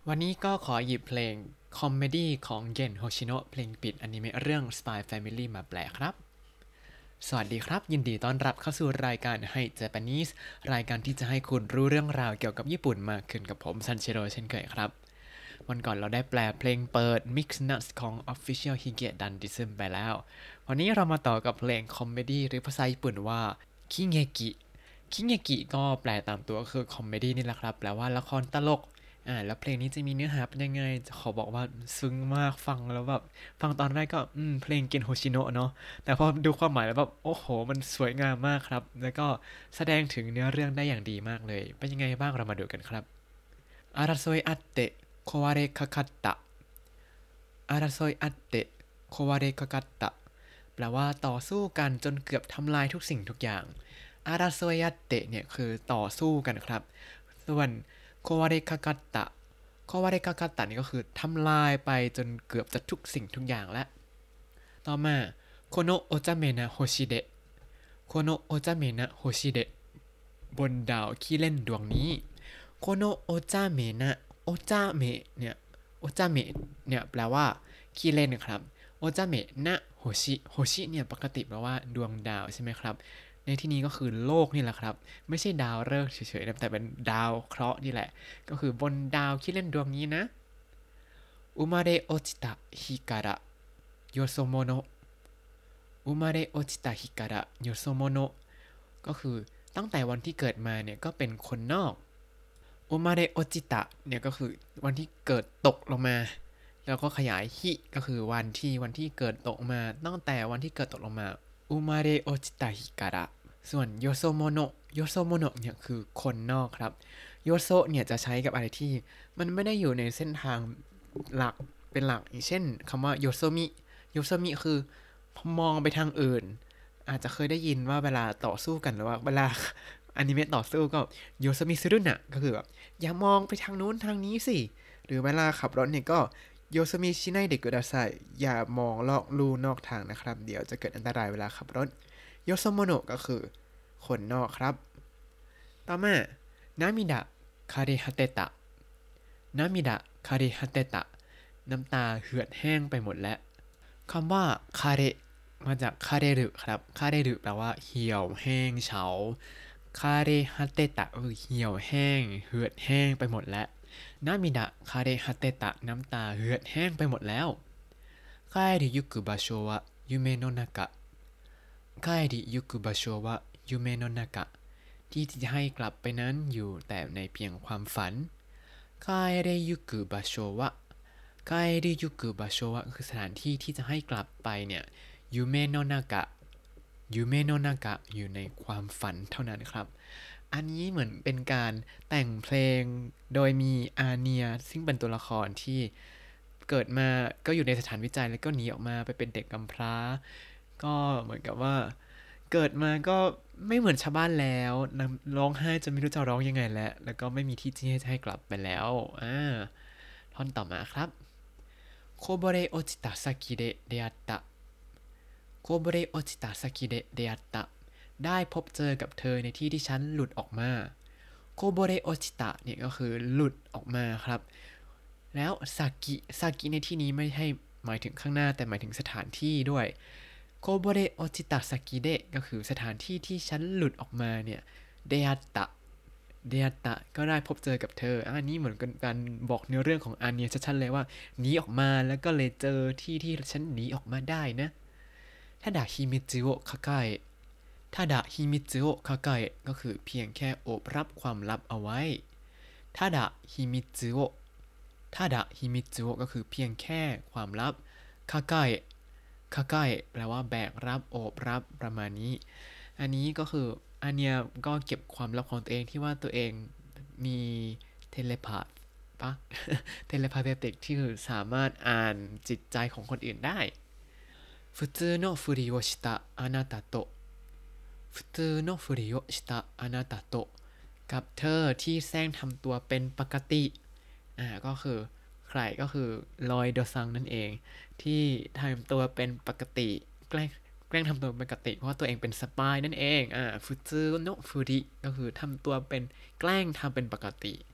วันนี้ก็ขอหยิบเพลงคอมเมดี้ของเgen โฮชิโนะเพลงปิดอนิเมะเรื่อง Spy Family มาแปลครับสวัสดีครับยินดีต้อนรับเข้าสู่รายการให้ Japanese รายการที่จะให้คุณรู้เรื่องราวเกี่ยวกับญี่ปุ่นมากขึ้นกับผมซันเชโรเช่นเคยครับวันก่อนเราได้แปลเพลงเปิด Mix Nuts ของ Official Hige Dandism ไปแล้ววันนี้เรามาต่อกับเพลงคอมเมดี้หรือภาษาญี่ปุ่นว่าคิเงกิคิเงกิก็แปลตามตัวคือคอมเมดี้นี่แหละครับแปลว่าละครตลกแล้วเพลงนี้จะมีเนื้อหาเป็นยังไงขอบอกว่าซึ้งมากฟังแล้วแบบฟังตอนแรกก็เพลงเกนโฮชิโนะเนาะแต่พอดูความหมายแล้วแบบโอ้โหมันสวยงามมากครับแล้วก็แสดงถึงเนื้อเรื่องได้อย่างดีมากเลยเป็นยังไงบ้างเรามาดูกันครับอาราโซยอัตเตะโควาเรคาคัตตะอาราโซยอัตเตะโควาเรคาคัตตะแปลว่าต่อสู้กันจนเกือบทำลายทุกสิ่งทุกอย่างอาราโซยอัตเตะเนี่ยคือต่อสู้กันครับส่วนโควาเรคาคัตตะโควาเรคาคัตตะนี่ก็คือทำลายไปจนเกือบจะทุกสิ่งทุกอย่างแล้วต่อมาโคโนะโอจาเมนะโฮชิเดะโคโนะโอจาเมนะโฮชิเดะบนดาวขี้เล่นดวงนี้โคโนะโอจาเมนะโอจาเมะเนี่ยโอจาเมะเนี่ยแปลว่าขี้เล่นครับโอจาเมะนะโฮชิโฮชิเนี่ยปกติแปลว่าดวงดาวใช่ไหมครับในที่นี้ก็คือโลกนี่แหละครับไม่ใช่ดาวฤกษ์เฉยๆแต่เป็นดาวเคราะห์นี่แหละก็คือบนดาวขี้เล่นดวงนี้นะอุมาเรโอจิตะฮิการะโยโซโมโนะอุมาเรโอจิตะฮิการะโยโซโมโนะก็คือตั้งแต่วันที่เกิดมาเนี่ยก็เป็นคนนอกอุมาเรโอจิตะเนี่ยก็คือวันที่เกิดตกลงมาแล้วก็ขยายฮิก็คือวันที่เกิดตกมาตั้งแต่วันที่เกิดตกลงมาอุมาเรโอจิตะฮิการะส่วนโยโซโมโนะโยโซโมโนะเนี่ยคือคนนอกครับโยโซเนี่ยจะใช้กับอะไรที่มันไม่ได้อยู่ในเส้นทางหลักเป็นหลักอย่างเช่นคำว่าโยโซมิโยโซมิคือมองไปทางอื่นอาจจะเคยได้ยินว่าเวลาต่อสู้กันหรือว่าเวลาอนิเมะต่อสู้ก็โยโซมิซึรุนะก็คือแบบอย่ามองไปทางนู้นทางนี้สิหรือเวลาขับรถเนี่ยก็โยโซมิชิไนเดะกุดาไซอย่ามองลอกลู่นอกทางนะครับเดี๋ยวจะเกิดอันตรายเวลาขับรถโยโซโมโนะก็คือคนนอกครับต่อมานามิดะคาเรฮาเตตะนามิดะคาเรฮาเตตะน้ำตาเหือดแห้งไปหมดแล้วคำว่าคาเรมาจากคาเรรุครับคาเรรุแปลว่าเหี่ยวแห้งเฉาคาเรฮาเตตะคือเหี่ยวแห้งเหือดแห้งไปหมดแล้วนามิดะคาเรฮาเตตะน้ำตาเหือดแห้งไปหมดแล้ว帰りゆく場所は夢の中帰りゆく場所は夢の中ที่จะให้กลับไปนั้นอยู่แต่ในเพียงความฝัน帰りゆく場所は帰りゆく場所はคือสถานที่ที่จะให้กลับไปเนี่ยยูเมโนนากะยูเมโนนากะอยู่ในความฝันเท่านั้นครับอันนี้เหมือนเป็นการแต่งเพลงโดยมีอาเนียซึ่งเป็นตัวละครที่เกิดมาก็อยู่ในสถานวิจัยแล้วก็หนีออกมาไปเป็นเด็กกำพร้าก็เหมือนกับว่าเกิดมาก็ไม่เหมือนชาวบ้านแล้วร้องไห้จนไม่รู้จะร้องยังไงแล้วก็ไม่มีที่ที่จะให้กลับไปแล้วท่อนต่อมาครับโคโบเรโอจิตะซากิเดะเดอัตตะโคโบเรโอจิตะซากิเดะเดอัตตะได้พบเจอกับเธอในที่ที่ฉันหลุดออกมาโคโบเรโอจิตะเนี่ยก็คือหลุดออกมาครับแล้วซากิในที่นี้ไม่ให้หมายถึงข้างหน้าแต่หมายถึงสถานที่ด้วยโคโบเรโอจิตะซากิเดะก็คือสถานที่ที่ฉันหลุดออกมาเนี่ยเดอัตตะเดอัตตะก็ได้พบเจอกับเธออันนี้เหมือนกันการบอกเนื้อเรื่องของอาเนียชัดๆเลยว่าหนีออกมาแล้วก็เลยเจอที่ที่ฉันหนีออกมาได้นะถ้าดาฮิมิจิโอะคาไกะถ้าดาฮิมิจิโอะคาไกะก็คือเพียงแค่โอบรับความลับเอาไว้ถ้าดาฮิมิจิโอะถ้าดาฮิมิจิโอะก็คือเพียงแค่ความลับคาไกะคาไกะแปลว่าแบกรับโอบรับประมาณนี้อันนี้ก็คืออันเนี้ยก็เก็บความลับของตัวเองที่ว่าตัวเองมีเทเลพาธปะเทเลพาเทติกที่คือสามารถอ่านจิตใจของคนอื่นได้普通のふりをしたあなたと普通のふりをしたあなたとกับเธอที่แซงทำตัวเป็นปกติก็คือใครก็คือลอยโดซังนั่นเองที่ทำตัวเป็นปกติแกล้งทำตัวเป็นปกติเพราะว่าตัวเองเป็นสปายนั่นเองฟูซึโนะฟูริก็คือทำตัวเป็นแกล้งทำเป็นปกติ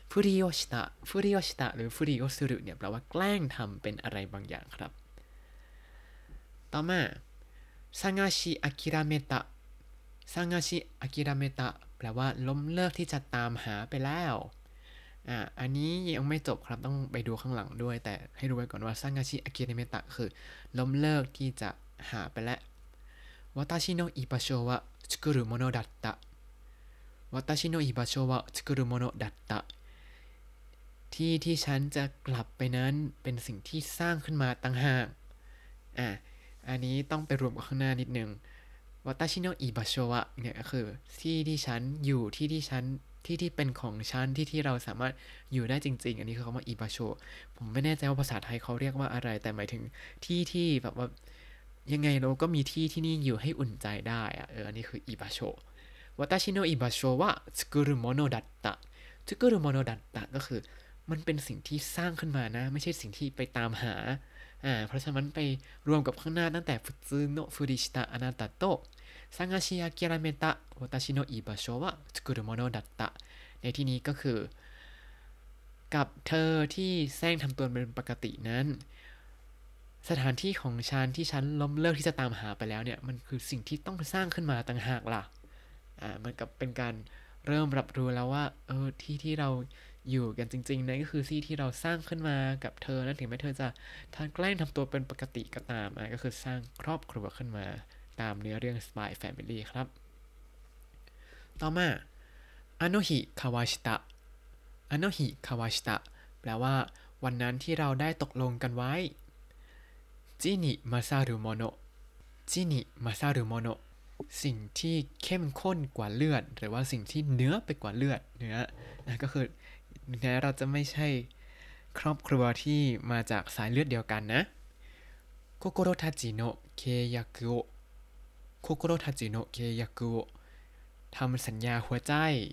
ฟุริโอชิตะฟุริโอชิตะหรือฟุริโอสุรุเนี่ยแปลว่าแกล้งทำเป็นอะไรบางอย่างครับต่อมาซางาชิอากิระเมตะซางาชิอากิระเมตะแปลว่าล้มเลิกที่จะตามหาไปแล้วอันนี้ยังไม่จบครับต้องไปดูข้างหลังด้วยแต่ให้รู้ไว้ก่อนว่าซางาชิอากิระเมตะคือล้มเลิกที่จะหาไปแล้ววาตาชิโนะอิบาโชวะ作るものだった私の居場所は作るものだったที่ที่ฉันจะกลับไปนั้นเป็นสิ่งที่สร้างขึ้นมาต่างหากอันนี้ต้องไปรวมกับข้างหน้านิดนึงวาตาชิโนะอิบาโชวะเนี่ยก็คือที่ที่ฉันอยู่ที่ที่ฉันที่เป็นของฉันที่เราสามารถอยู่ได้จริงๆอันนี้คือคำว่าอิบาโชผมไม่แน่ใจว่าภาษาไทยเขาเรียกว่าอะไรแต่หมายถึงที่แบบว่ายังไงเราก็มีที่ที่นี่อยู่ให้อุ่นใจได้อันนี้คืออิบาโชวาตาชิโนะอิบาโชวะ作るものだった作るものだったก็คือมันเป็นสิ่งที่สร้างขึ้นมานะไม่ใช่สิ่งที่ไปตามหาเพราะฉะนั้นไปรวมกับข้างหน้าตั้งแต่ฟุซึโนะฟุริชิตะอนาตะโตะซางาชิอากิระเมตะวาตาชิโนะอิบาโชวะ作るものだったในที่นี้ก็คือกับเธอที่แซงทำตัวเป็นปกตินั้นสถานที่ของฉันที่ฉันล้มเลิกที่จะตามหาไปแล้วเนี่ยมันคือสิ่งที่ต้องสร้างขึ้นมาต่างหากล่ะมันกับเป็นการเริ่มรับรู้แล้วว่าที่เราอยู่กันจริงๆนั่นก็คือที่เราสร้างขึ้นมากับเธอนั่นถึงแม้เธอจะแกล้งทำตัวเป็นปกติก็ตามก็คือสร้างครอบครัวขึ้นมาตามเนื้อเรื่อง Spy Family ครับต่อมาอาโนฮิคาวาชิตะอาโนฮิคาวาชิตะแปลว่าวันนั้นที่เราได้ตกลงกันไว้จินิมาซารุโมโนะจินิมาซารุโมโนะสิ่งที่เข้มข้นกว่าเลือดหรือว่าสิ่งที่เนื้อไปกว่าเลือดเนื้อก็คือแม้เราจะไม่ใช่ครอบครัวที่มาจากสายเลือดเดียวกันนะโคโกโรทาจิโนะเคยากุโอโคโกโรทาจิโนะเคยากุโอทำสัญญาหัวใจ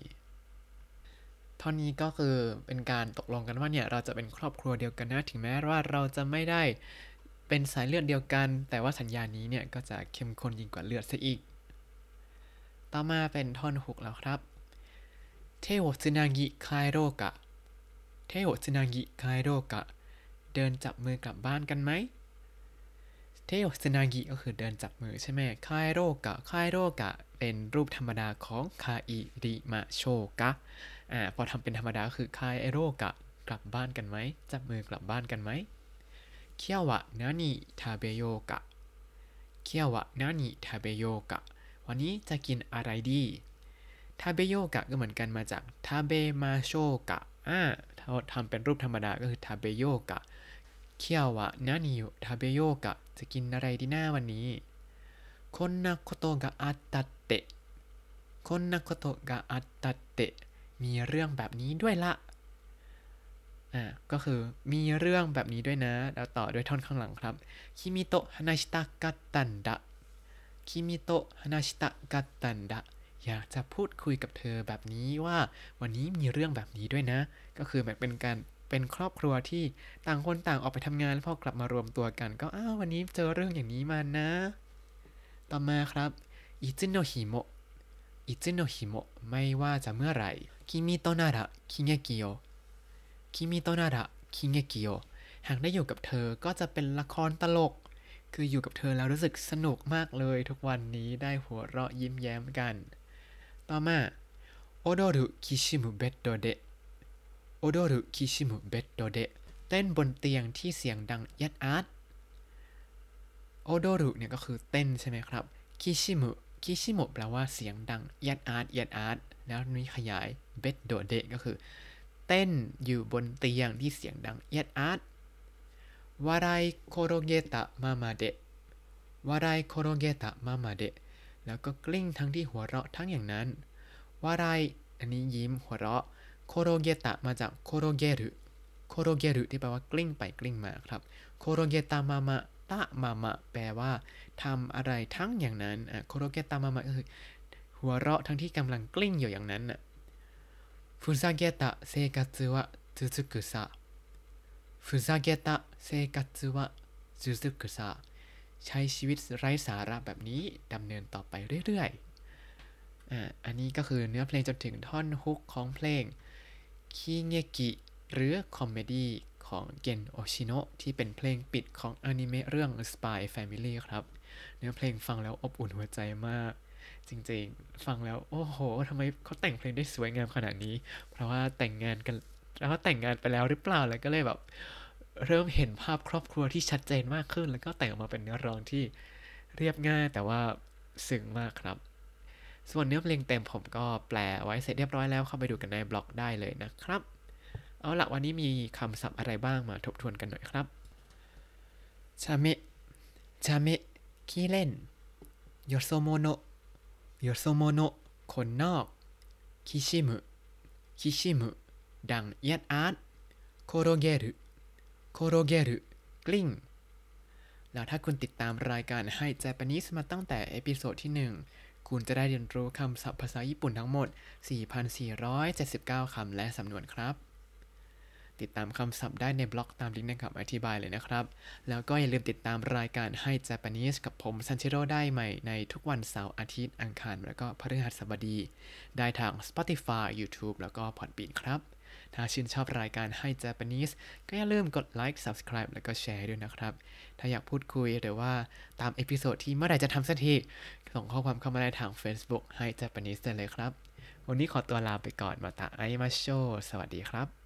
ท่อนนี้ก็คือเป็นการตกลงกันว่าเนี่ยเราจะเป็นครอบครัวเดียวกันนะถึงแม้ว่าเราจะไม่ได้เป็นสายเลือดเดียวกันแต่ว่าสัญญานี้เนี่ยก็จะเข้มข้นยิ่งกว่าเลือดซะอีกต่อมาเป็นท่อนฮุกแล้วครับเทโอซึนางิคายโรกะเทโอซึนางิคายโรกะเดินจับมือกลับบ้านกันไหมเทโอซึนางิก็คือเดินจับมือใช่ไหมคายโรกะคายโรกะเป็นรูปธรรมดาของคาอิริมะโชกะพอทำเป็นธรรมดาก็คือคายโรกะกลับบ้านกันไหมจับมือกลับบ้านกันไหมเคียวะนานิทาเบโยกะเคียวะนานิทาเบโยกะวันนี้จะกินอะไรดีทาเบโยกะก็เหมือนกันมาจากทาเบมาโชกะถ้าทำเป็นรูปธรรมดาก็คือทาเบโยกะเคียวะนานิทาเบโยกะจะกินอะไรดีหน้าวันนี้こんなことがあったってこんなことがあったってมีเรื่องแบบนี้ด้วยละก็คือมีเรื่องแบบนี้ด้วยนะแล้วต่อด้วยท่อนข้างหลังครับคิมิโตะฮานาชิตะกัตตันดะคิมิโตะฮานาชิตะกัตตันดะอยากจะพูดคุยกับเธอแบบนี้ว่าวันนี้มีเรื่องแบบนี้ด้วยนะก็คือแบบเป็นการเป็นครอบครัวที่ต่างคนต่างออกไปทำงานแล้วพอกลับมารวมตัวกันก็วันนี้เจอเรื่องอย่างนี้มานะต่อมาครับอิจิโนฮิโมะอิจิโนฮิโมะไม่ว่าจะเมื่อไหร่คิมิโตะนาระคิเงกิโยคิมิโตะนาระคิเงกิโยหากได้อยู่กับเธอก็จะเป็นละครตลกคืออยู่กับเธอแล้วรู้สึกสนุกมากเลยทุกวันนี้ได้หัวเราะยิ้มแย้มกันต่อมาโอโดรุคิชิมุเบตโดเดะโอโดรุคิชิมุเบตโดเดะเต้นบนเตียงที่เสียงดังยัดอาร์ตโอโดรุเนี่ยก็คือเต้นใช่ไหมครับคิชิมุคิชิมุแปลว่าเสียงดังยัดอาร์ตยัดอาร์ตแล้วนี้ขยายเบตโดเดะก็คือเต้นอยู่บนเตียงที่เสียงดังยัดอาร์ตวารายโคโรเกตะมามาเดะวารายโคโรเกตะมามาเดะแล้วก็กลิ้งทั้งที่หัวเราะทั้งอย่างนั้นวารายอันนี้ยิ้มหัวเราะโคโรเกตะมาจากโคโรเกรุโคโรเกรุที่แปลว่ากลิ้งไปกลิ้งมาครับโคโรเกตะมามะตะมามะแปลว่าทำอะไรทั้งอย่างนั้นโคโรเกตะมามะก็คือหัวเราะทั้งที่กำลังกลิ้งอยู่อย่างนั้นふざけた生活は続くさふざけた生活は続くさใช้ชีวิตไร้สาระแบบนี้ดำเนินต่อไปเรื่อยๆอันนี้ก็คือเนื้อเพลงจนถึงท่อนฮุกของเพลงคิเงกิหรือคอมเมดี้ของเกนโอชิโนะที่เป็นเพลงปิดของอนิเมะเรื่อง Spy Family ครับเนื้อเพลงฟังแล้วอบอุ่นหัวใจมากจริงๆฟังแล้วโอ้โหทำไมเขาแต่งเพลงได้สวยงามขนาดนี้เพราะว่าแต่งงานกันแล้วก็แต่งงานไปแล้วหรือเปล่าแล้วก็เลยแบบเริ่มเห็นภาพครอบครัวที่ชัดเจนมากขึ้นแล้วก็แต่งออกมาเป็นเนื้อร้องที่เรียบง่ายแต่ว่าซึ้งมากครับ ส่วนเนื้อเพลงเต็มผมก็แปลไว้เสร็จเรียบร้อยแล้วเข้าไปดูกันในบล็อกได้เลยนะครับเอาละวันนี้มีคำศัพท์อะไรบ้างมาทบทวนกันหน่อยครับชาเมะชาเมะขี้เล่นโยโซโมโนะโยโซโมโนะคนนอกคิชิมุคิชิมุดังเอียดอาร์ตโคโรเกรุโคโรเกรุกลิ้งแล้วถ้าคุณติดตามรายการให้ Japanese มาตั้งแต่เอพิโซดที่1คุณจะได้เรียนรู้คำศัพท์ภาษาญี่ปุ่นทั้งหมด 4,479 คำและสำนวนครับติดตามคำศัพท์ได้ในบล็อกตามลิงก์ในคำอธิบายเลยนะครับแล้วก็อย่าลืมติดตามรายการให้ Japanese กับผมซันชิโร่ได้ใหม่ในทุกวันเสาร์อาทิตย์อังคารแล้วก็พฤหัสบดีได้ทาง Spotify YouTube แล้วก็ Podbean ครับถ้าชื่นชอบรายการให้ Japanese ก็อย่าลืมกดไลค์ Subscribe แล้วก็แชร์ด้วยนะครับถ้าอยากพูดคุยหรือว่าตามเอพิโซดที่เมื่อไหร่จะทำสักทีส่งข้อความเข้ามาได้ทาง Facebook ให้ Japanese ได้เลยครับวันนี้ขอตัวลาไปก่อนมาตาไอมาโชสวัสดีครับ